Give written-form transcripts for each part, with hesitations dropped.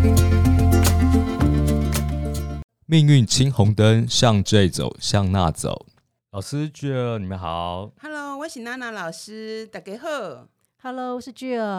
命运青红灯，向这走，向那走。老师，Jill，你们好。 Hello， 我是娜娜老师，大家好。 Hello， 我是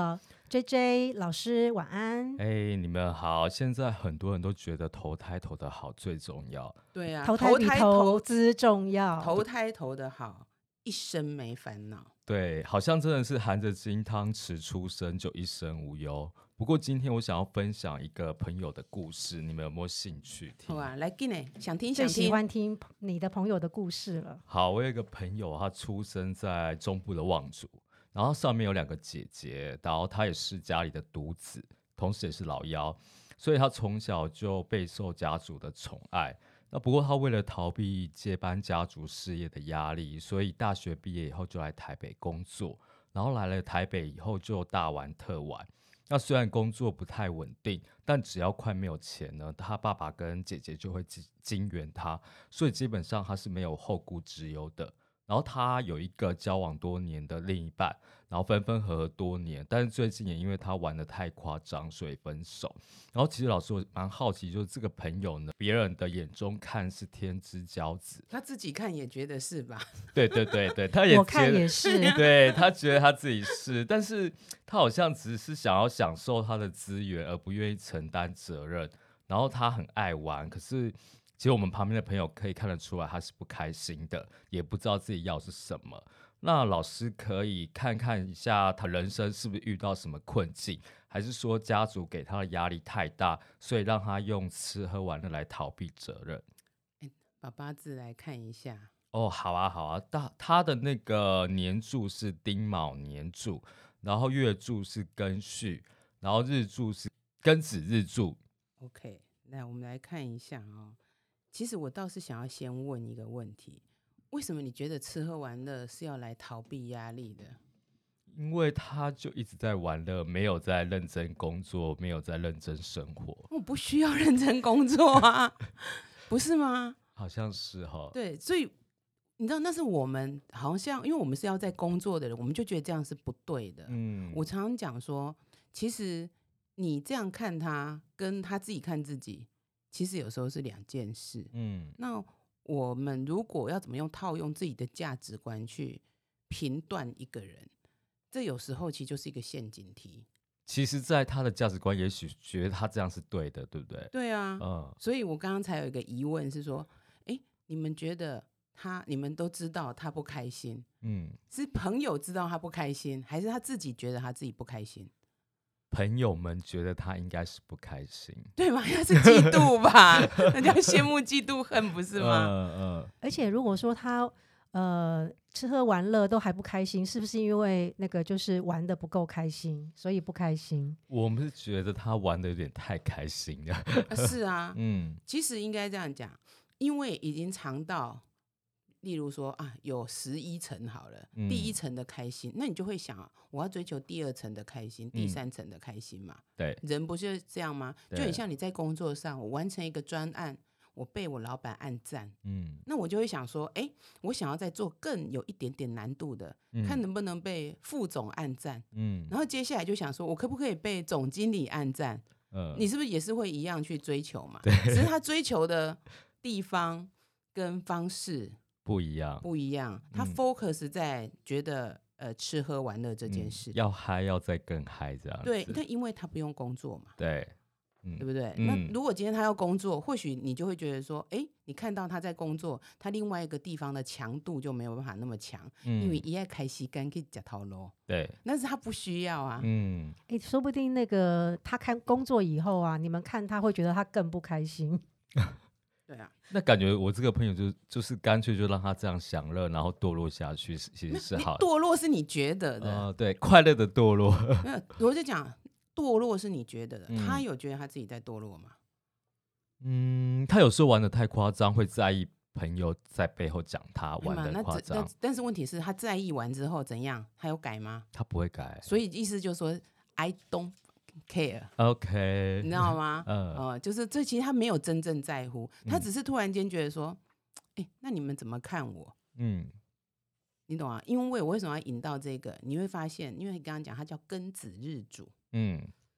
Jill。JJ 老师，晚安。 你们好。现在很多人都觉得投胎投得好最重要。 对啊， 投胎比投资重要。 投胎投得好，一生没烦恼。 对，好像真的是含着金汤匙出生就一生无忧。不过今天我想要分享一个朋友的故事，你们有没有兴趣听？ 好啊，来进来，想听最喜欢听你的朋友的故事了。 好，我有一个朋友，他出生在中部的望族，然后上面有2个姐姐，然后他也是家里的独子，同时也是老幺，所以他从小就备受家族的宠爱。那不过他为了逃避接班家族事业的压力，所以大学毕业以后就来台北工作，然后来了台北以后就大玩特玩。那虽然工作不太稳定，但只要快没有钱呢，他爸爸跟姐姐就会金援他，所以基本上他是没有后顾之忧的。然后他有一个交往多年的另一半，然后分分合合多年，但是最近也因为他玩得太夸张，所以分手。然后其实老师我蛮好奇，就是这个朋友呢，别人的眼中看是天之骄子， 他自己看也觉得是吧？ 对，他也我看也是， 对，他觉得他自己是，但是他好像只是想要享受他的资源，而不愿意承担责任。然后他很爱玩，可是其实我们旁边的朋友可以看得出来，他是不开心的，也不知道自己要是什么。那老师可以看看一下他人生是不是遇到什么困境，还是说家族给他的压力太大，所以让他用吃喝玩乐来逃避责任？ 把八字来看一下。 哦，好啊，他的那个年柱是丁卯年柱，然后月柱是庚戌，然后日柱是庚子日柱。 OK， 那我们来看一下哦。其实我倒是想要先问一个问题：为什么你觉得吃喝玩乐是要来逃避压力的？ 因为他就一直在玩乐，没有在认真工作，没有在认真生活。 我不需要认真工作啊，不是吗？ 好像是哈。 对，所以你知道那是我们好像，因为我们是要在工作的人，我们就觉得这样是不对的。我常常讲说，其实你这样看他，跟他自己看自己，其实有时候是2件事。那我们如果要怎么套用自己的价值观去评断一个人，这有时候其实就是一个陷阱题。 其实在他的价值观也许觉得他这样是对的，对不对？ 对啊，所以我刚刚才有一个疑问是说，你们觉得你们都知道他不开心，是朋友知道他不开心，还是他自己觉得他自己不开心？ 朋友们觉得他应该是不开心， 对吗？那是嫉妒吧？人家羡慕嫉妒恨，不是吗？ 而且如果说他吃喝玩乐都还不开心，是不是因为那个就是玩的不够开心，所以不开心？ 我们是觉得他玩的有点太开心了。 是啊，其实应该这样讲，因为已经尝到，例如说啊，有11层好了，第1层的开心，那你就会想，我要追求第2层的开心，第3层的开心嘛。 对， 人不是这样吗？就很像你在工作上，我完成一个专案，我被我老板按赞，那我就会想说，我想要再做更有一点点难度的，看能不能被副总按赞，然后接下来就想说，我可不可以被总经理按赞？你是不是也是会一样去追求嘛？只是他追求的地方跟方式不一样，他 focus 在觉得吃喝玩乐这件事， 要嗨要再更嗨这样子。 对，但因为他不用工作嘛， 对， 对不对？那如果今天他要工作，或许你就会觉得说，你看到他在工作，他另外一个地方的强度就没有办法那么强，因为一爱开时间去吃头路， 对， 但是他不需要啊。 说不定那个他看工作以后啊，你们看他会觉得他更不开心。 对啊， 那感觉我这个朋友就是干脆就让他这样享乐，然后堕落下去，其实是好的。 堕落是你觉得的， 对，快乐的堕落。 我就讲堕落是你觉得的，他有觉得他自己在堕落吗？ 他有时候玩的太夸张，会在意朋友在背后讲他玩的夸张。 但是问题是他在意完之后怎样？他有改吗？ 他不会改， 所以意思就是说 I don't care， OK， 你知道吗？就是这其实他没有真正在乎，他只是突然间觉得说，那你们怎么看我？你懂啊？因为我为什么要引到这个？你会发现，因为你刚刚讲他叫庚子日主，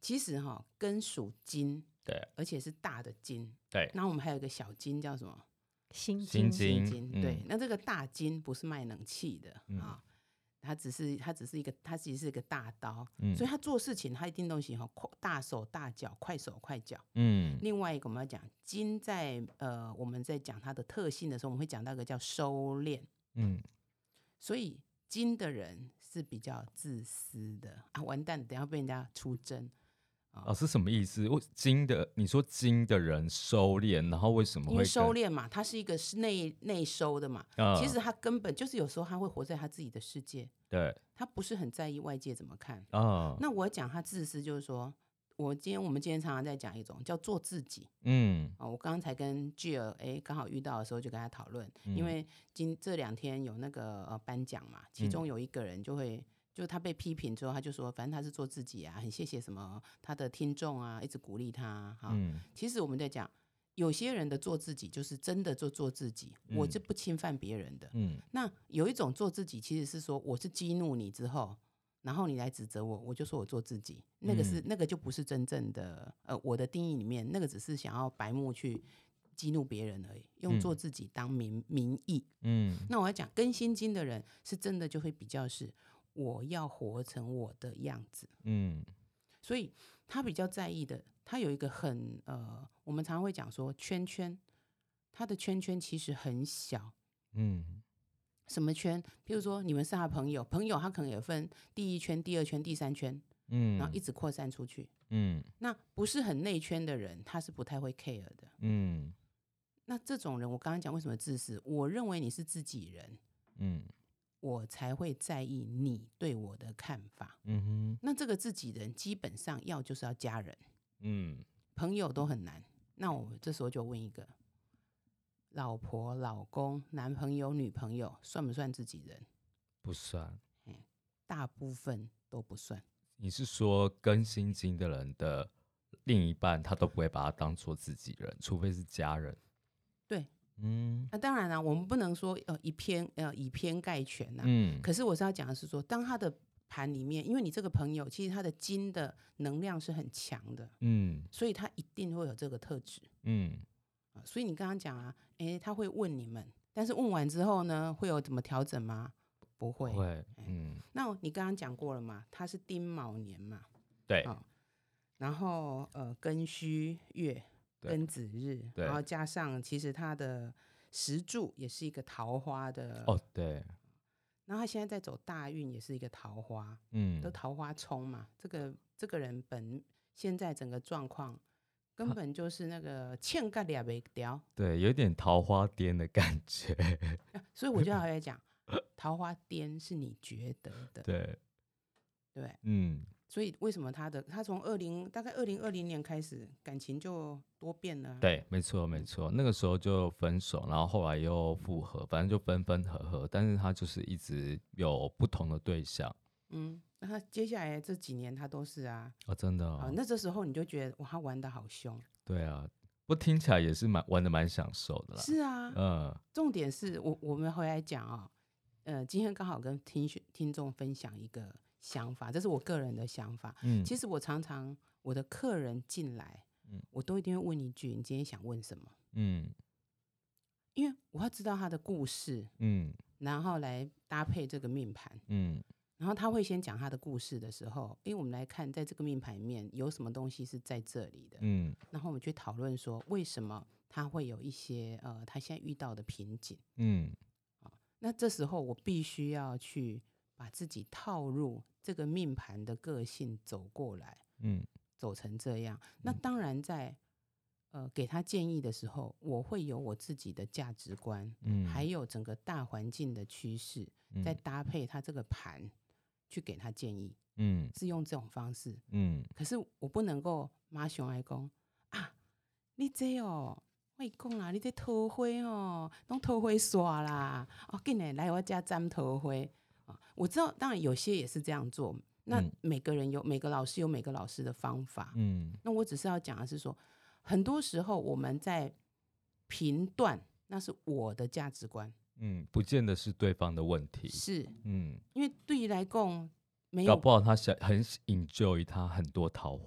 其实根属金， 对， 而且是大的金， 对。 然后我们还有一个小金叫什么？ 心金。 对，那这个大金不是卖冷气的啊，它其实是一个大刀，所以他做事情他一定东西大手大脚，快手快脚。另外一个我们要讲金在我们在讲它的特性的时候，我们会讲到一个叫收敛。所以金的人是比较自私的啊，完蛋了，等一下被人家出征。 是什么意思？你说金的人收敛，然后为什么会？ 因为收敛嘛，他是一个是内收的嘛。其实他根本就是有时候他会活在他自己的世界， 对， 他不是很在意外界怎么看。那我讲他自私，就是说我们今天常常在讲一种叫做自己。我刚才跟 Jill 刚好遇到的时候就跟他讨论，因为这2天有那个颁奖嘛，其中有一个人就他被批评之后，他就说，反正他是做自己啊，很谢谢什么他的听众啊，一直鼓励他其实我们在讲，有些人的做自己就是真的做自己，我就不侵犯别人的。那有一种做自己，其实是说我是激怒你之后，然后你来指责我，我就说我做自己，那个就不是真正的我的定义里面，那个只是想要白目去激怒别人而已，用做自己当名义。那我要讲跟心经的人是真的就会比较是我要活成我的样子。所以他比较在意的，他有一个我们常常会讲说圈圈，他的圈圈其实很小。什么圈？譬如说你们是他的朋友，他可能也分第1圈、第2圈、第3圈，然后一直扩散出去。那不是很内圈的人，他是不太会 care 的。那这种人，我刚刚讲为什么自私？我认为你是自己人，我才会在意你对我的看法。那这个自己人基本上就是要家人，朋友都很难。那我这时候就问一个，老婆、老公、男朋友、女朋友算不算自己人？ 不算， 大部分都不算。 你是说跟心经的人的另一半，他都不会把他当做自己人，除非是家人？ 对。那当然了，我们不能说以偏概全可是我是要讲的是说，当他的盘里面，因为你这个朋友其实他的金的能量是很强的，所以他一定会有这个特质。所以你刚刚讲啊，他会问你们，但是问完之后呢，会有怎么调整吗？不会。那你刚刚讲过了嘛，他是丁卯年嘛， 对。 然后庚戌月。庚子日，然后加上其实他的时柱也是一个桃花的对。 然后他现在在走大运，也是一个桃花，都桃花冲嘛。这个人现在整个状况根本就是那个欠个俩没掉， 对，有点桃花颠的感觉。 所以我就要来讲，桃花颠是你觉得的，对，所以为什么他从大概2020年开始感情就多变了？ 对，没错，那个时候就分手，然后后来又复合，反正就分分合合，但是他就是一直有不同的对象。 那他接下来这几年他都是真的那这时候你就觉得哇，他玩得好凶。 对啊，不听起来也是玩得蛮享受的啦。 是啊，重点是我们回来讲今天刚好跟听众分享一个想法，这是我个人的想法。其实我常常我的客人进来，我都一定会问一句：你今天想问什么？因为我要知道他的故事，然后来搭配这个命盘，然后他会先讲他的故事的时候，我们来看在这个命盘里面有什么东西是在这里的，然后我们去讨论说为什么他会有一些他现在遇到的瓶颈，那这时候我必须要去把自己套入这个命盘的个性走过来，走成这样。那当然在给他建议的时候，我会有我自己的价值观，还有整个大环境的趋势，再搭配他这个盘去给他建议，是用这种方式，可是我不能够马上来讲你这我跟你讲啦，你这桃花拢桃花煞啦，紧来来我家沾桃花我知道，当然有些也是这样做。那每个老师有每个老师的方法。那我只是要讲的是说，很多时候我们在评断，那是我的价值观。 不见得是对方的问题。 是，因为对于来讲，没有， 搞不好他很enjoy他很多桃花。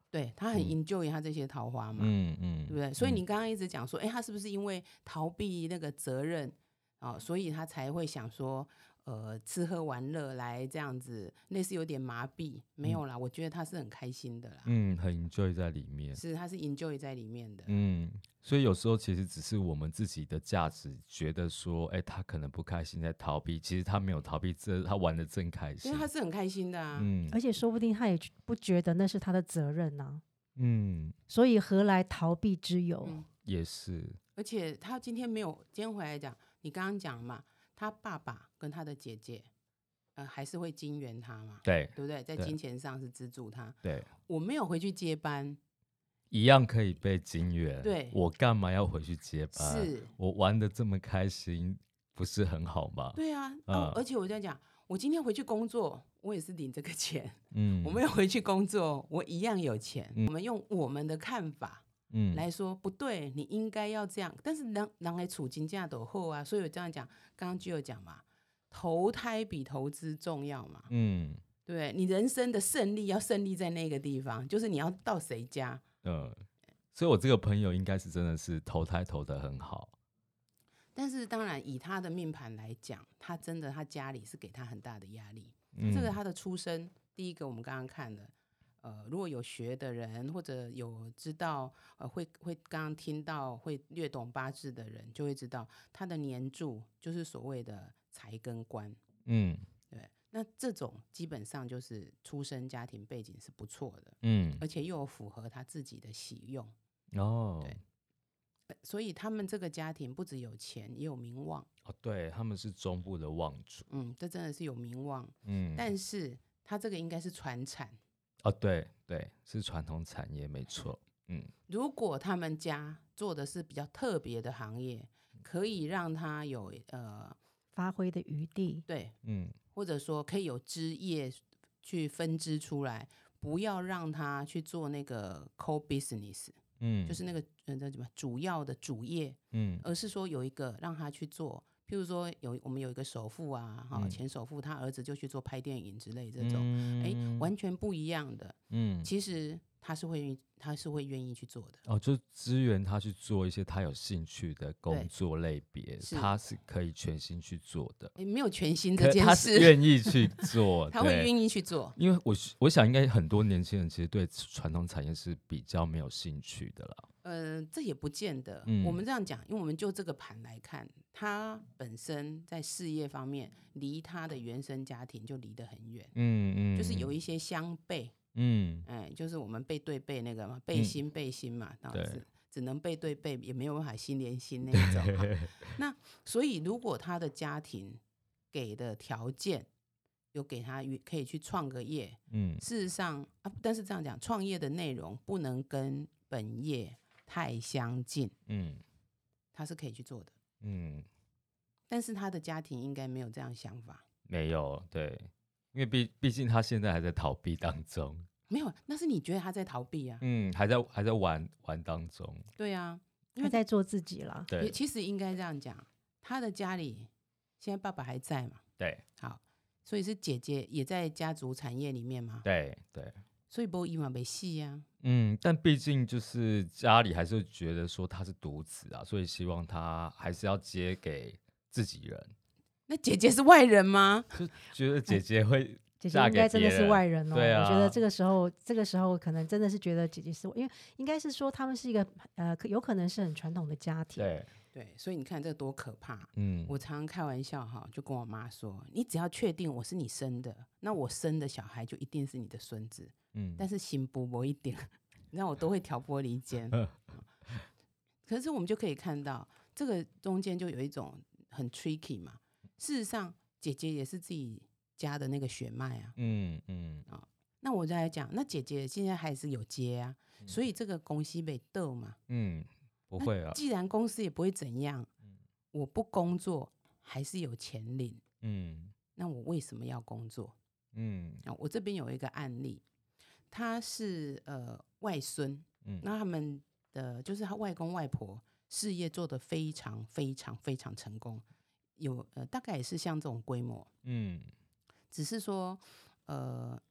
对，他很 enjoy 他这些桃花嘛，对不对？所以你刚刚一直讲说，他是不是因为逃避那个责任所以他才会想说，吃喝玩乐来这样子，类似有点麻痹？没有啦，我觉得他是很开心的啦， 很 enjoy 在里面， 是他是 enjoy 在里面的， 所以有时候其实只是我们自己的价值觉得说，他可能不开心在逃避，其实他没有逃避，他玩得正开心， 因为他是很开心的啊， 而且说不定他也不觉得那是他的责任啊，所以何来逃避之有？ 也是， 而且他今天没有，今天回来讲，你刚刚讲嘛，他爸爸跟他的姐姐，还是会金援他嘛， 对不对？在金钱上是资助他。 对， 我没有回去接班， 一样可以被金援。 对， 我干嘛要回去接班？ 是我玩得这么开心，不是很好吗？ 对啊，而且我在讲，我今天回去工作，我也是领这个钱。我没有回去工作，我一样有钱。我们用我们的看法。来说不对，你应该要这样，但是人的处境这样都好啊，所以我这样讲，刚刚就有讲嘛，投胎比投资重要嘛，对，你人生的胜利要胜利在那个地方，就是你要到谁家， 所以我这个朋友应该是真的是投胎投得很好， 但是当然以他的命盘来讲，他真的他家里是给他很大的压力，这个他的出生，第一个我们刚刚看的。如果有学的人或者有知道会刚刚听到会略懂八字的人就会知道他的年柱就是所谓的财跟官，对，那这种基本上就是出生家庭背景是不错的，而且又有符合他自己的喜用对，所以他们这个家庭不只有钱也有名望对，他们是中部的望族， 这真的是有名望，但是他这个应该是传产对对，是传统产业没错， 如果他们家做的是比较特别的行业，可以让他有发挥的余地， 对，或者说可以有枝叶去分支出来，不要让他去做那个 core business，就是那个主要的主业，而是说有一个让他去做。譬如说我们有一个首富啊，前首富他儿子就去做拍电影之类这种，完全不一样的。其实他是会愿意去做的。 就支援他去做一些他有兴趣的工作类别，他是可以全心去做的。 没有全心这件事， 他是愿意去做， 他会愿意去做。 因为我想应该很多年轻人其实对传统产业是比较没有兴趣的啦。 这也不见得。我们这样讲，因为我们就这个盘来看，他本身在事业方面离他的原生家庭就离得很远，就是有一些相背，就是我们背对背那个嘛，背心嘛，只能背对背，也没有办法心连心那一种。那所以如果他的家庭给的条件有给他可以去创个业，事实上但是这样讲，创业的内容不能跟本业太相近，他是可以去做的，但是他的家庭应该没有这样想法， 没有，对，因为毕竟他现在还在逃避当中， 没有，那是你觉得他在逃避啊， 还在玩当中， 对啊， 还在做自己啦， 对，其实应该这样讲，他的家里现在爸爸还在嘛， 对， 好，所以是姐姐也在家族产业里面嘛， 对对。 所以没伊嘛没戏啊， 但毕竟就是家里还是会觉得说他是独子啊，所以希望他还是要接给自己人。 那姐姐是外人吗？ 就觉得姐姐会姐姐应该真的是外人哦。 对啊， 我觉得这个时候可能真的是觉得姐姐是，因为应该是说他们是一个有可能是很传统的家庭。 对，所以你看这多可怕。我常常开玩笑哈，就跟我妈说，你只要确定我是你生的，那我生的小孩就一定是你的孙子。但是行不一定，你看我都会挑拨离间。可是我们就可以看到，这个中间就有一种很 tricky 嘛。事实上，姐姐也是自己家的那个血脉啊。那我再来讲，那姐姐现在还是有接啊，所以这个公司被斗嘛。 不会啊。 既然公司也不会怎样，我不工作还是有钱领。那我为什么要工作？我这边有一个案例。他是外孙，那他们的就是他外公外婆事业做得非常非常非常成功，有大概也是像这种规模，只是说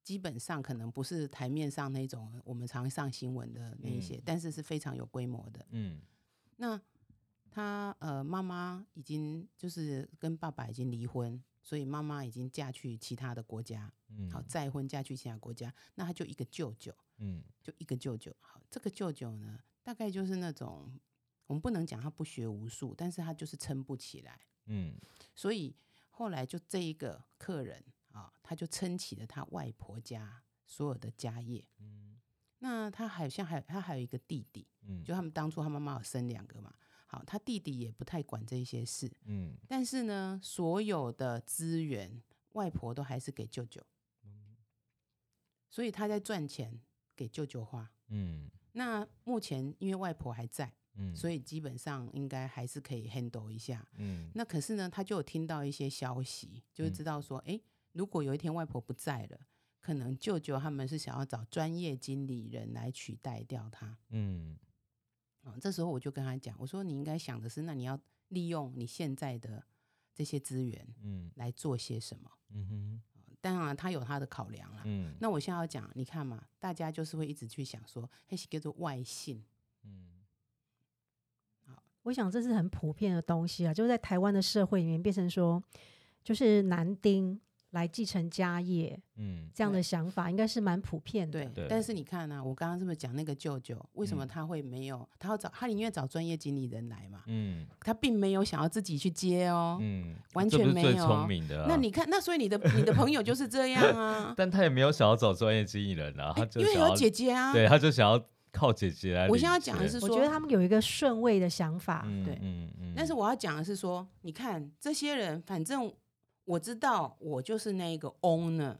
基本上可能不是台面上那种我们常上新闻的那一些，但是是非常有规模的。那他妈妈已经就是跟爸爸已经离婚，所以妈妈已经嫁去其他的国家，好再婚嫁去其他国家，那他就一个舅舅，就一个舅舅。好，这个舅舅呢，大概就是那种我们不能讲他不学无术，但是他就是撑不起来，所以后来就这一个客人啊，他就撑起了他外婆家所有的家业。那他还有一个弟弟，就他们当初他妈妈有生2个嘛。好，他弟弟也不太管这些事，但是呢，所有的资源外婆都还是给舅舅，所以他在赚钱给舅舅花。那目前因为外婆还在，所以基本上应该还是可以 handle 一下。那可是呢，他就有听到一些消息，就是知道说，如果有一天外婆不在了，可能舅舅他们是想要找专业经理人来取代掉他。这时候我就跟他讲，我说你应该想的是，那你要利用你现在的这些资源，来做些什么。当然他有他的考量啦。那我现在要讲，你看嘛，大家就是会一直去想说，那是叫做外姓。 我想这是很普遍的东西啊，就是在台湾的社会里面变成说，就是男丁来继承家业，这样的想法应该是蛮普遍的。 对，但是你看啊，我刚刚是不是讲那个舅舅，为什么他会没有？他宁愿找专业经理人来嘛，他并没有想要自己去接哦，完全没有。 这不是最聪明的啊。 那你看，那所以你的朋友就是这样啊。 但他也没有想要找专业经纪人啊，他就因为有姐姐啊， 对，他就想要靠姐姐来。 我现在要讲的是说， 我觉得他们有一个顺位的想法， 对，但是我要讲的是说，你看这些人，反正我知道我就是那个 owner，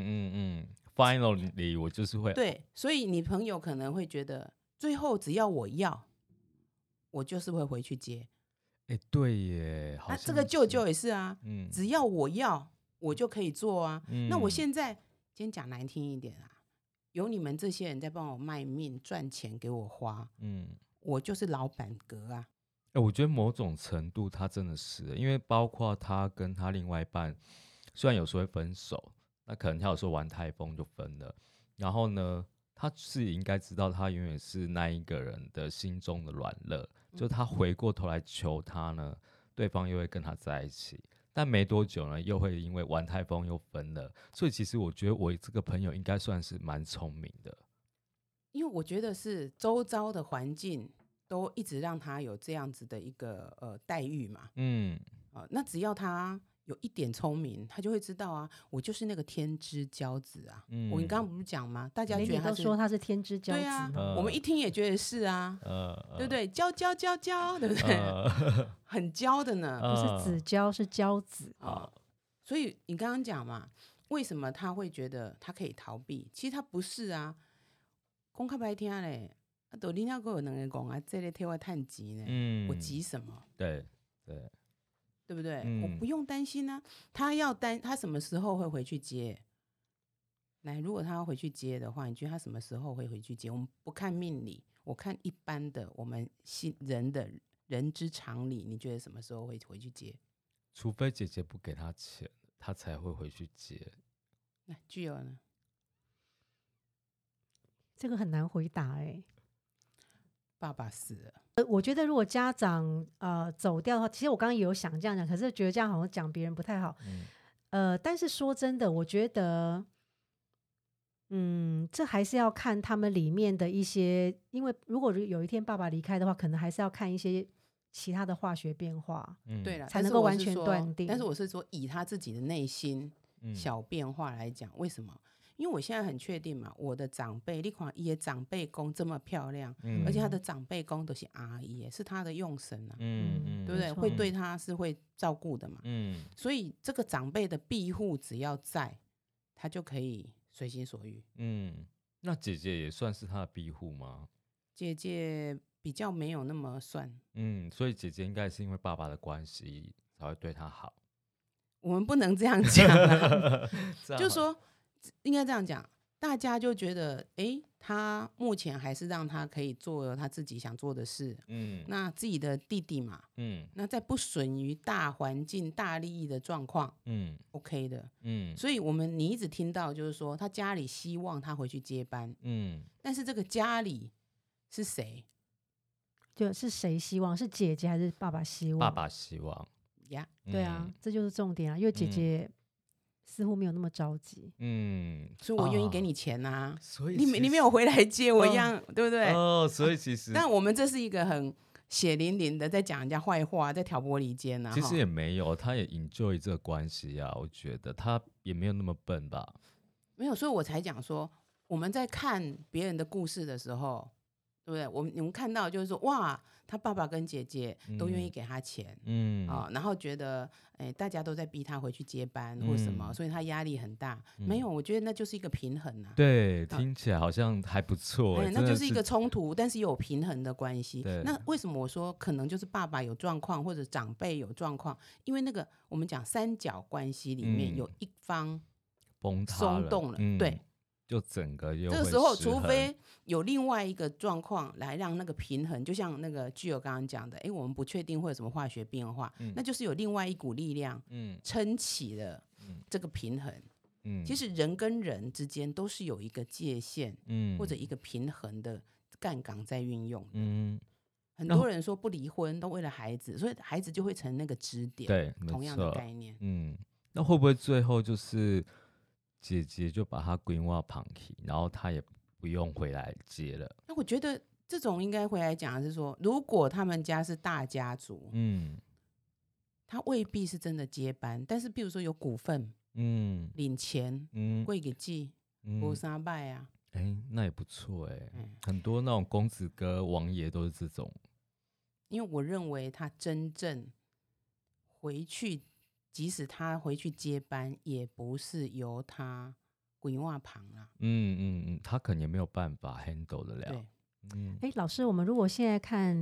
finally 我就是会对，所以你朋友可能会觉得，最后只要我要，我就是会回去接。 对耶，好像这个舅舅也是啊，只要我要，我就可以做啊。那我现在今天讲难听一点啊，有你们这些人在帮我卖命赚钱给我花，我就是老板格啊。 我觉得某种程度他真的是，因为包括他跟他另外一半，虽然有时候会分手，那可能他有时候玩台风就分了，然后呢，他是应该知道他永远是那一个人的心中的软肋，就他回过头来求他呢，对方又会跟他在一起，但没多久呢，又会因为玩台风又分了，所以其实我觉得我这个朋友应该算是蛮聪明的， 因为我觉得是周遭的环境都一直让他有这样子的一个待遇嘛，那只要他有一点聪明，他就会知道啊，我就是那个天之骄子啊。我刚刚不是讲吗？大家觉得他是， 都说他是天之骄子， 对啊，我们一听也觉得是啊，对不对？骄，对不对？很骄的呢， 不是子骄，是骄子所以你刚刚讲嘛，为什么他会觉得他可以逃避？其实他不是啊，讲较白听嘞。都你那个有两个讲啊，这类替我趁钱呢，我急什么？ 对不对？我不用担心啊。他什么时候会回去接？来，如果他要回去接的话，你觉得他什么时候会回去接？我们不看命理，我看一般的我们人之常理，你觉得什么时候会回去接？ 除非姐姐不给他钱，他才会回去接。 那具有呢？ 这个很难回答爸爸死了。 我觉得如果家长走掉的话，其实我刚刚也有想这样讲，可是觉得这样好像讲别人不太好。但是说真的，我觉得，这还是要看他们里面的一些，因为如果有一天爸爸离开的话，可能还是要看一些其他的化学变化， 对了， 才能够完全断定。 但是我是说，以他自己的内心小变化来讲，为什么？因为我现在很确定嘛，我的长辈，你看他的长辈公这么漂亮，而且他的长辈公都是阿姨，是他的用神啊，对不对？会对他是会照顾的嘛，所以这个长辈的庇护只要在，他就可以随心所欲。 那姐姐也算是他的庇护吗？ 姐姐比较没有那么算， 所以姐姐应该是因为爸爸的关系才会对他好。 我们不能这样讲啊，就是说。应该这样讲， 大家就觉得，他目前还是让他可以做他自己想做的事，那自己的弟弟嘛，那在不损于大环境、大利益的状况，OK 的，所以你一直听到就是说，他家里希望他回去接班，但是这个家里是谁？ 就是谁希望？是姐姐还是爸爸希望？ 爸爸希望呀， 对啊，这就是重点啊，因为姐姐似乎没有那么着急， 所以我愿意给你钱啊， 所以你没有回来接我一样，对不对？ 所以其实， 但我们这是一个很血淋淋的在讲人家坏话，在挑拨离间啊。 其实也没有，他也 enjoy 这个关系啊，我觉得他也没有那么笨吧。 没有，所以我才讲说，我们在看别人的故事的时候，对不对？你们看到就是说，哇，他爸爸跟姐姐都愿意给他钱，然后觉得，大家都在逼他回去接班或什么，所以他压力很大。没有，我觉得那就是一个平衡啊。 对，听起来好像还不错。 那就是一个冲突，但是有平衡的关系。那为什么我说可能就是爸爸有状况，或者长辈有状况？因为那个我们讲三角关系里面有一方崩塌松动了，对。 就整个又这个时候，除非有另外一个状况来让那个平衡，就像那个具有刚刚讲的，我们不确定会有什么化学变化，那就是有另外一股力量撑起了这个平衡。其实人跟人之间都是有一个界限，或者一个平衡的杠杆在运用。很多人说不离婚都为了孩子，所以孩子就会成那个支点。 对， 同样的概念。 那会不会最后就是姐姐就把他规划旁去，然后他也不用回来接了？ 那我觉得这种应该回来讲的是说，如果他们家是大家族，他未必是真的接班，但是比如说有股份，领钱，贵给记，博三拜啊， 那也不错很多那种公子哥、王爷都是这种。 因为我认为他真正回去。即使他回去接班，也不是由他规划旁啦。 他可能也没有办法 handle 得了。 老师，我们如果现在看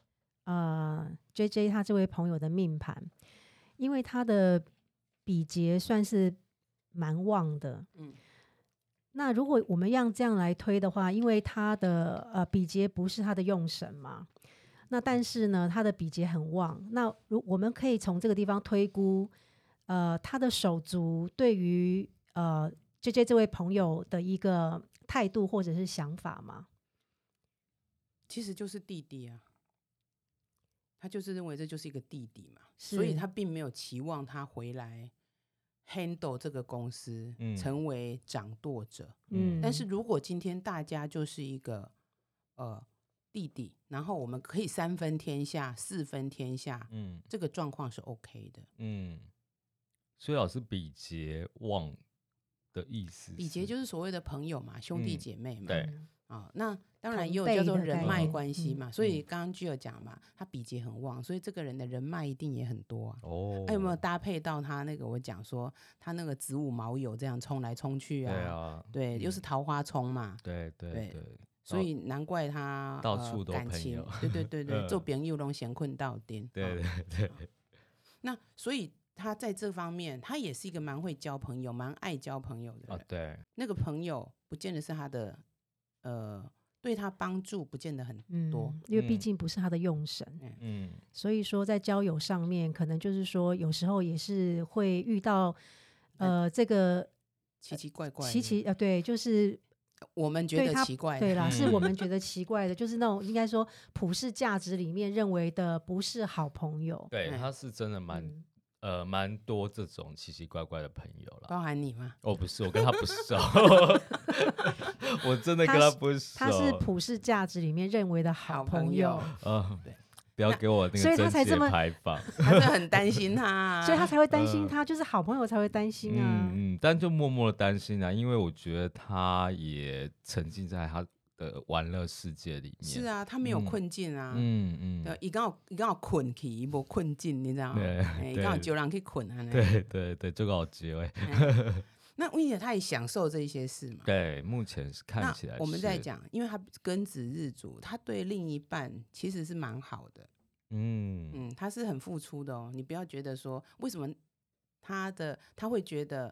JJ 他这位朋友的命盘，因为他的比劫算是蛮旺的，那如果我们要这样来推的话，因为他的比劫不是他的用神嘛，那但是呢，他的比劫很旺，那我们可以从这个地方推估。他的手足对于JJ 这位朋友的一个态度或者是想法吗？ 其实就是弟弟啊，他就是认为这就是一个弟弟嘛，所以他并没有期望他回来 handle 这个公司，成为掌舵者。但是如果今天大家就是一个弟弟，然后我们可以3分天下、4分天下，这个状况是 OK 的。 所以老师比劫旺的意思， 比劫就是所谓的朋友嘛，兄弟姐妹嘛。 对那当然也有叫做人脉关系嘛。所以刚刚具有讲嘛，他比劫很旺，所以这个人的人脉一定也很多啊。有没有搭配到他那个我讲说他那个子午卯酉这样冲来冲去啊？对，又是桃花冲嘛。 对。 所以难怪他到处都感情，对，做朋友都闲困到顶。 对。 那所以。他在这方面，他也是一个蛮会交朋友、蛮爱交朋友的人。 对， 那个朋友不见得是他的，对他帮助不见得很多， 因为毕竟不是他的用神。所以说在交友上面，可能就是说有时候也是会遇到，这个奇奇怪怪的，对，就是我们觉得奇怪的， 对啦，是我们觉得奇怪的，就是那种应该说普世价值里面认为的不是好朋友。 对，他是真的蛮多这种奇奇怪怪的朋友了， 包含你吗？ 不是，我跟他不熟，我真的跟他不熟。 他是普世价值里面认为的好朋友。 对，不要给我那个贞节牌坊， 他是很担心他， 所以他才会担心他，就是好朋友才会担心啊。 但就默默的担心啊，因为我觉得他也沉浸在他的玩乐世界里面。 是啊，他没有困境啊。对，他刚好困去，没困境，你知道吗？对，刚好就让去困啊。 对，就刚好结尾。 那因为他也享受这些事嘛。 对，目前是看起来是。 我们在讲，因为他庚子日主，他对另一半其实是蛮好的。他是很付出的哦。你不要觉得说，为什么他会觉得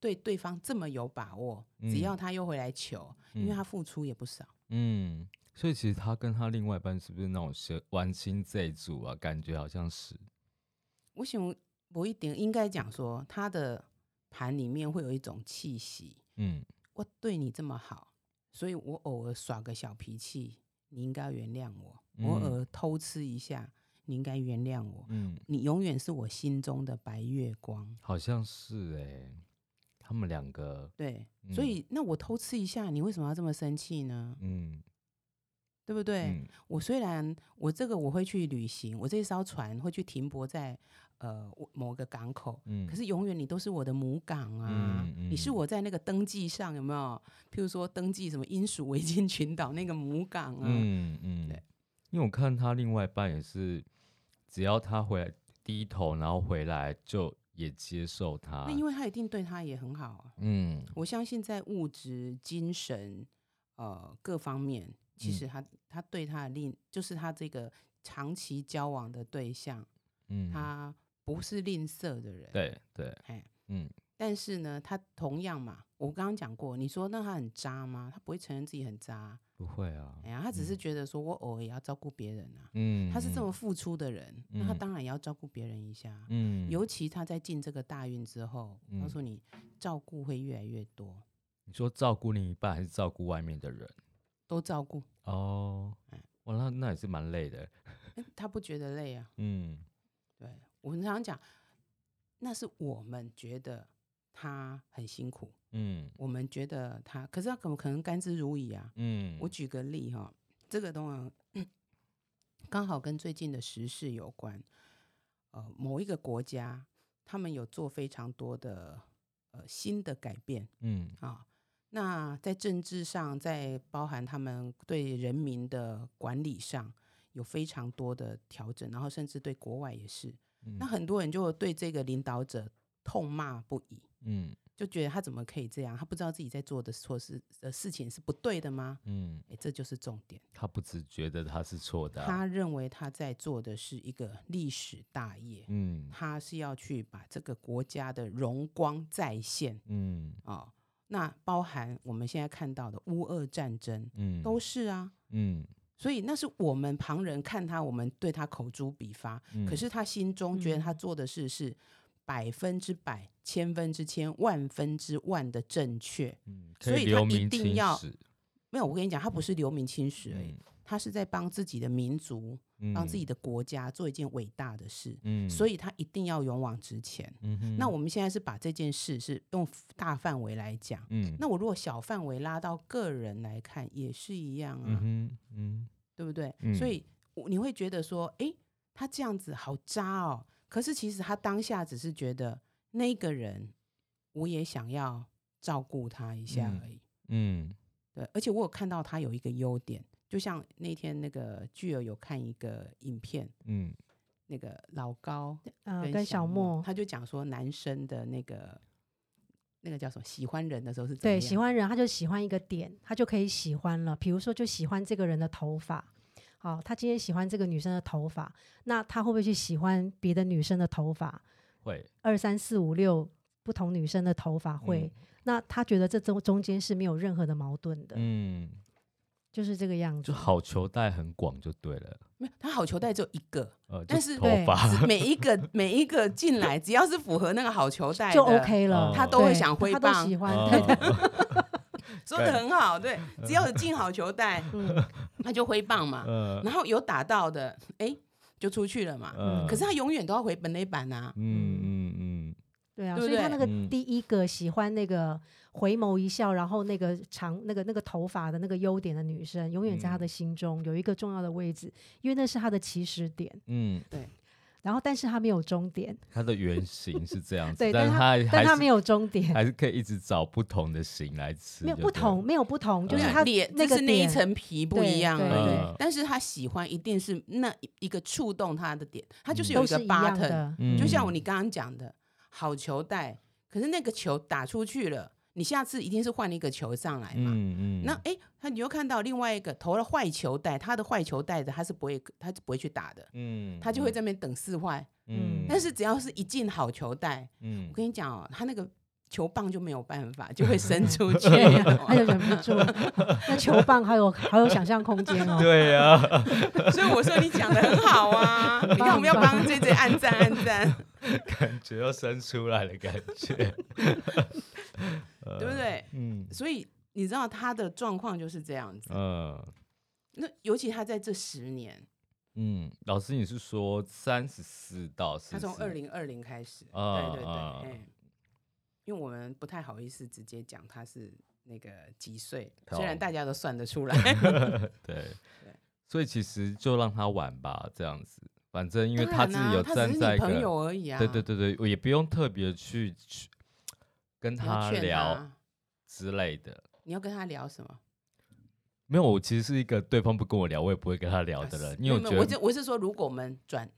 对对方这么有把握，只要他又回来求，因为他付出也不少。 所以其实他跟他另外一半是不是那种玩心这一组啊？感觉好像是。 我想不一定，应该讲说他的盘里面会有一种气息。我对你这么好，所以我偶尔耍个小脾气，你应该原谅我。我偶尔偷吃一下，你应该原谅我。你永远是我心中的白月光。 好像是他们两个对，所以那我偷吃一下，你为什么要这么生气呢？对不对？我虽然我会去旅行，我这艘船会去停泊在某个港口，可是永远你都是我的母港啊。你是我在那个登记上有没有？譬如说登记什么英属维京群岛那个母港啊。对， 因为我看他另外一半也是，只要他回来低头，然后回来就也接受他。 那因为他一定对他也很好。我相信在物质、精神各方面，其实他对他的就是他这个长期交往的对象，他不是吝啬的人。 对对， 但是呢，他同样嘛，我刚刚讲过，你说那他很渣吗？他不会承认自己很渣。 不会啊。 他只是觉得说我偶尔也要照顾别人啊。他是这么付出的人，那他当然也要照顾别人一下。尤其他在进这个大运之后，告诉你照顾会越来越多。 你说照顾另一半还是照顾外面的人？ 都照顾。 哇，那也是蛮累的。 他不觉得累啊。对，我们常常讲，那是我们觉得他很辛苦。我们觉得他，可是他可能甘之如饴啊。我举个例哈，这个东西刚好跟最近的时事有关。某一个国家，他们有做非常多的新的改变。那在政治上，在包含他们对人民的管理上，有非常多的调整，然后甚至对国外也是。那很多人就对这个领导者痛骂不已。就觉得他怎么可以这样？他不知道自己在做的事情是不对的吗？这就是重点。 他不只觉得他是错的， 他认为他在做的是一个历史大业。他是要去把这个国家的荣光再现。那包含我们现在看到的乌俄战争，都是啊。所以那是我们旁人看他，我们对他口诛笔伐。可是他心中觉得他做的事是100%、1000%、10000%的正确。所以他一定要没有。我跟你讲，他不是留名青史而已，他是在帮自己的民族、帮自己的国家做一件伟大的事。所以他一定要勇往直前。那我们现在是把这件事是用大范围来讲。那我如果小范围拉到个人来看，也是一样啊。对不对？所以你会觉得说，他这样子好渣哦。可是其实他当下只是觉得那个人，我也想要照顾他一下而已。对。而且我有看到他有一个优点，就像那天那个巨儿有看一个影片，那个老高跟小莫，他就讲说男生的那个叫什么，喜欢人的时候是怎么样？ 对，喜欢人他就喜欢一个点，他就可以喜欢了。比如说就喜欢这个人的头发。他今天喜欢这个女生的头发，那他会不会去喜欢别的女生的头发？ 会。 2、3、4、5、6不同女生的头发会。那他觉得这中间是没有任何的矛盾的。就是这个样子。 就好球带很广就对了。 没有，他好球带只有一个，但是头发每一个进来，只要是符合那个好球带的就 OK 了， 他都会想挥棒， 他都喜欢。 说得很好，对，只要有进好球带，他就挥棒嘛。然后有打到的，就出去了嘛。可是他永远都要回本垒板啊。 对啊， 对不对？ 所以他那个第一个喜欢那个回眸一笑，然后那个那个头发的那个优点的女生，永远在他的心中有一个重要的位置，因为那是他的起始点。对。然后，但是他没有终点， 他的原型是这样子， 对， 但他没有终点， 还是可以一直找不同的型来吃。 没有不同，就是他那个那一层皮不一样而已。但是他喜欢一定是那一个触动他的点，他就是有一个 button，就像你刚刚讲的好球带，可是那个球打出去了。你下次一定是换一个球上来嘛。那你又看到另外一个投了坏球带，他的坏球带的他是不会去打的。他就会在那边等4坏。但是只要是一进好球带，我跟你讲他那个球棒就没有办法，就会伸出去， 他就忍不住。那球棒还有想象空间哦。 对啊， 所以我说你讲的很好啊，你看我们要帮JJ按赞按赞， 感觉要生出来的感觉， 对不对？所以你知道他的状况就是这样子。那尤其他在这10年。 老师，你是说34到44？ 他从2020开始，对对对，因为我们不太好意思直接讲他是那个几岁，虽然大家都算得出来。 对，所以其实就让他玩吧，这样子，反正因为他自己有站在一个， 他只是你朋友而已啊。 对对对对，我也不用特别去跟他聊之类的。 你要跟他聊什么？ 没有，我其实是一个对方不跟我聊，我也不会跟他聊的人，因为我觉得我是说，如果我们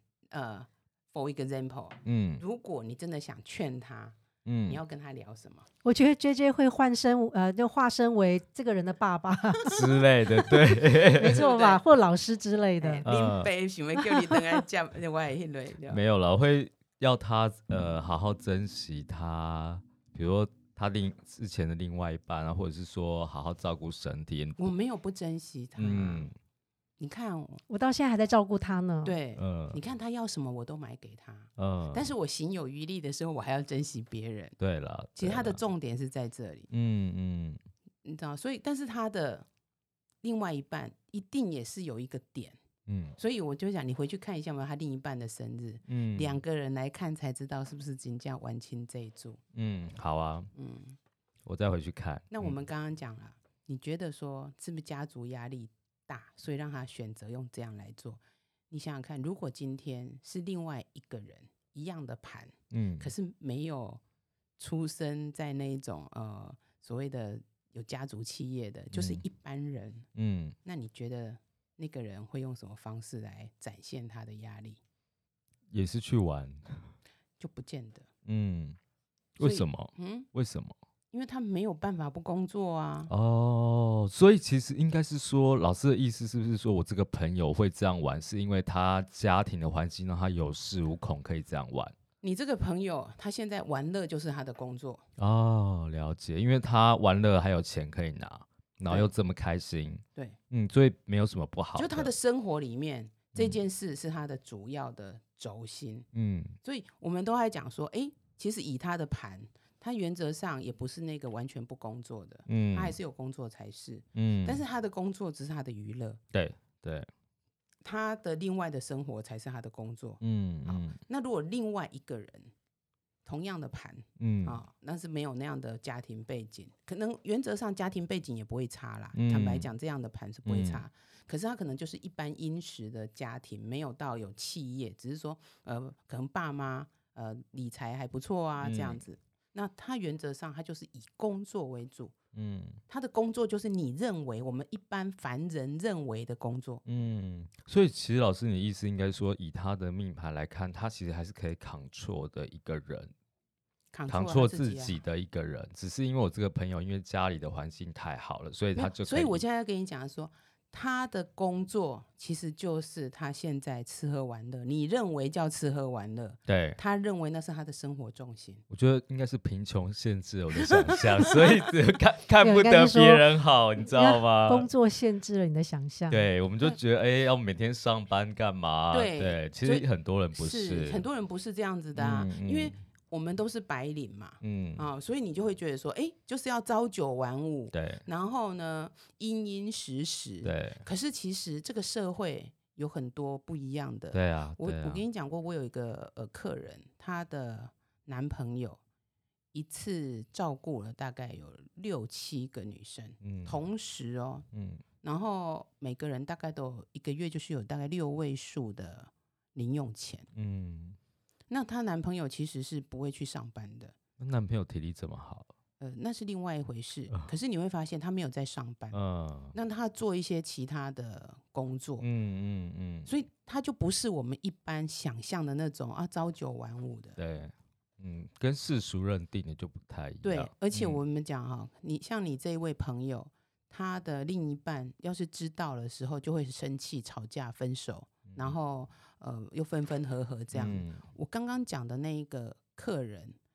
for example，如果你真的想劝他，你要跟他聊什么？ 我觉得 JJ 会就化身为这个人的爸爸之类的，对， 没错吧？或老师之类的。 林北想要叫你等下讲，我也没有了，会要他好好珍惜他，比如说他之前的另外一半啊，或者是说好好照顾身体。 我没有不珍惜他，你看我到现在还在照顾他呢。 对，你看他要什么我都买给他，但是我行有余力的时候，我还要珍惜别人。 对了， 其实他的重点是在这里，你知道，所以但是他的另外一半一定也是有一个点。所以我就讲，你回去看一下有没有他另一半的生日，2个人来看才知道是不是真正完清这一组。 好啊，我再回去看。 那我们刚刚讲了，你觉得说是不是家族压力大，所以让他选择用这样来做？你想想看，如果今天是另外一个人一样的盘，可是没有出生在那一种所谓的有家族企业的，就是一般人，那你觉得？那个人会用什么方式来展现他的压力？ 也是去玩， 就不见得。 为什么？为什么？ 因为他没有办法不工作啊。 所以其实应该是说，老师的意思是不是说我这个朋友会这样玩，是因为他家庭的环境让他有恃无恐，可以这样玩？ 你这个朋友，他现在玩乐就是他的工作。 了解，因为他玩乐还有钱可以拿。然后又这么开心， 对， 所以没有什么不好的。 就他的生活里面，这件事是他的主要的轴心。所以我们都还讲说，其实以他的盘，他原则上也不是那个完全不工作的，他还是有工作才是。但是他的工作只是他的娱乐， 对对， 他的另外的生活才是他的工作。那如果另外一个人。同样的盘，那是没有那样的家庭背景，可能原则上家庭背景也不会差啦。坦白讲，这样的盘是不会差。可是他可能就是一般殷实的家庭，没有到有企业，只是说可能爸妈理财还不错啊，这样子。那他原则上他就是以工作为主，他的工作就是你认为我们一般凡人认为的工作。 所以其实老师你的意思应该说，以他的命盘来看，他其实还是可以control的一个人。control自己的一个人，只是因为我这个朋友因为家里的环境太好了，所以他就所以我现在要跟你讲说，他的工作其实就是他现在吃喝玩乐，你认为叫吃喝玩乐， 对， 他认为那是他的生活重心。 我觉得应该是贫穷限制了我的想象，所以看不得别人好，你知道吗？ 工作限制了你的想象。 对，我们就觉得要每天上班干嘛？对，其实很多人不是， 很多人不是这样子的啊，因为我们都是白领嘛，所以你就会觉得说，就是要朝九晚五， 对， 然后呢，殷殷实实， 对。 可是其实这个社会有很多不一样的， 对啊。 我跟你讲过，我有一个客人，她的男朋友一次照顾了大概有6、7个女生，同时然后每个人大概都一个月就是有大概6位数的零用钱，那她男朋友其实是不会去上班的。 男朋友体力这么好？ 那是另外一回事。可是你会发现他没有在上班，那他做一些其他的工作，所以他就不是我们一般想象的那种朝九晚五的。 对，跟世俗认定的就不太一样。 对，而且我们讲像你这一位朋友，他的另一半要是知道的时候就会生气、吵架、分手，然后又分分合合这样。我刚刚讲的那一个客人，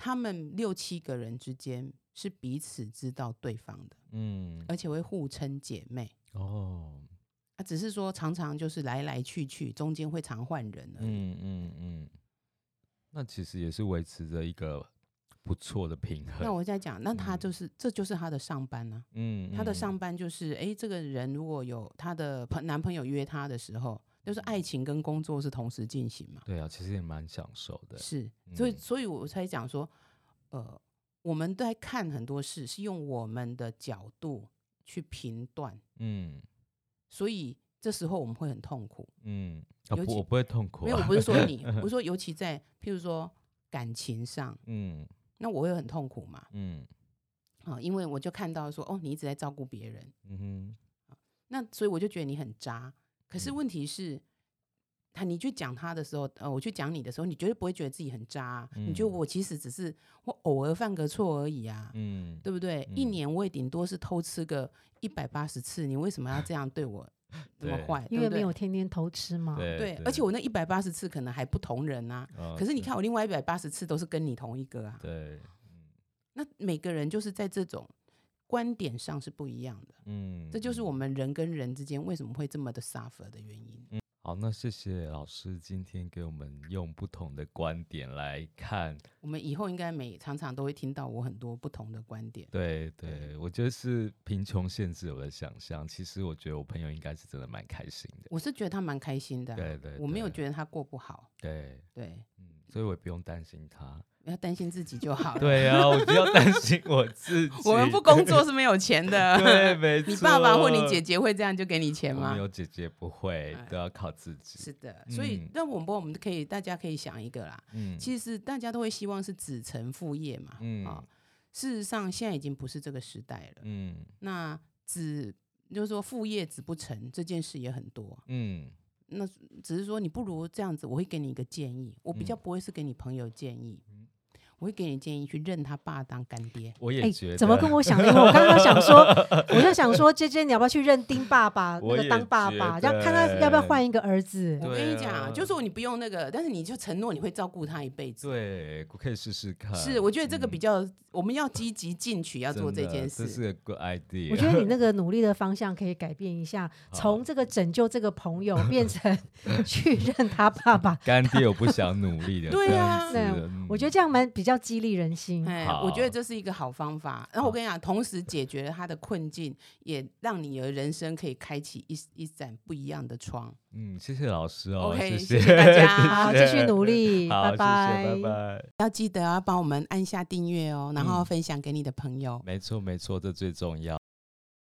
他们6、7个人之间是彼此知道对方的，而且会互称姐妹。只是说常常就是来来去去，中间会常换人而已。 那其实也是维持着一个不错的平衡。 那我在讲，那他就是、这就是他的上班呢、他的上班就是，这个人如果有他的男朋友约他的时候，就是爱情跟工作是同时进行嘛。 对啊，其实也蛮享受的。 是，所以我才讲说，我们在看很多事是用我们的角度去评断。所以这时候我们会很痛苦。 我不会痛苦、啊。 没有，我不是说你，我是说尤其在譬如说感情上，那我会很痛苦嘛。因为我就看到说，你一直在照顾别人。那所以我就觉得你很渣。可是问题是，你去讲他的时候，我去讲你的时候，你绝对不会觉得自己很渣啊。你觉得我其实只是我偶尔犯个错而已啊。对不对？1年我也顶多是偷吃个180次，你为什么要这样对我这么坏？ 因为没有天天偷吃嘛。 对，而且我那180次可能还不同人啊。可是你看我另外180次都是跟你同一个啊。 对。 那每个人就是在这种观点上是不一样的。这就是我们人跟人之间为什么会这么的 suffer 的原因。 好，那谢谢老师今天给我们用不同的观点来看。 我们以后应该常常都会听到我很多不同的观点。 对，我觉得是贫穷限制我的想象。其实我觉得我朋友应该是真的蛮开心的。 我是觉得他蛮开心的。 对， 我没有觉得他过不好。 对，所以我也不用担心他。 要担心自己就好了。 对啊，我就要担心我自己。 我们不工作是没有钱的。 对，没错。 你爸爸或你姐姐会这样就给你钱吗？ 我没有姐姐不会，都要靠自己。 是的，所以那我们大家可以想一个啦。其实大家都会希望是子承父业嘛。事实上现在已经不是这个时代了。那就是说父业子不成这件事也很多。那只是说你不如这样子，我会给你一个建议，我比较不会是给你朋友建议。我会给你建议去认他爸当干爹。 我也觉得、 怎么跟我想的？因为我刚刚想说，我就想说，姐姐你要不要去认丁爸爸那个当爸爸，这样看他要不要换一个儿子。 我跟你讲，就说你不用那个，但是你就承诺你会照顾他一辈子。 对，我可以试试看。 是，我觉得这个比较，我们要积极进取，要做这件事。 这是个 good idea。 我觉得你那个努力的方向可以改变一下，从这个拯救这个朋友变成去认他爸爸。 干爹我不想努力的。 对啊， 我觉得这样比较激励人心。 我觉得这是一个好方法。然后我跟你讲，同时解决了他的困境，也让你的人生可以开启一盏不一样的窗。 谢谢老师哦。 OK， 谢谢大家。 好，继续努力。 拜拜， 谢谢，拜拜。 要记得要帮我们按下订阅哦，然后分享给你的朋友。 没错，这最重要。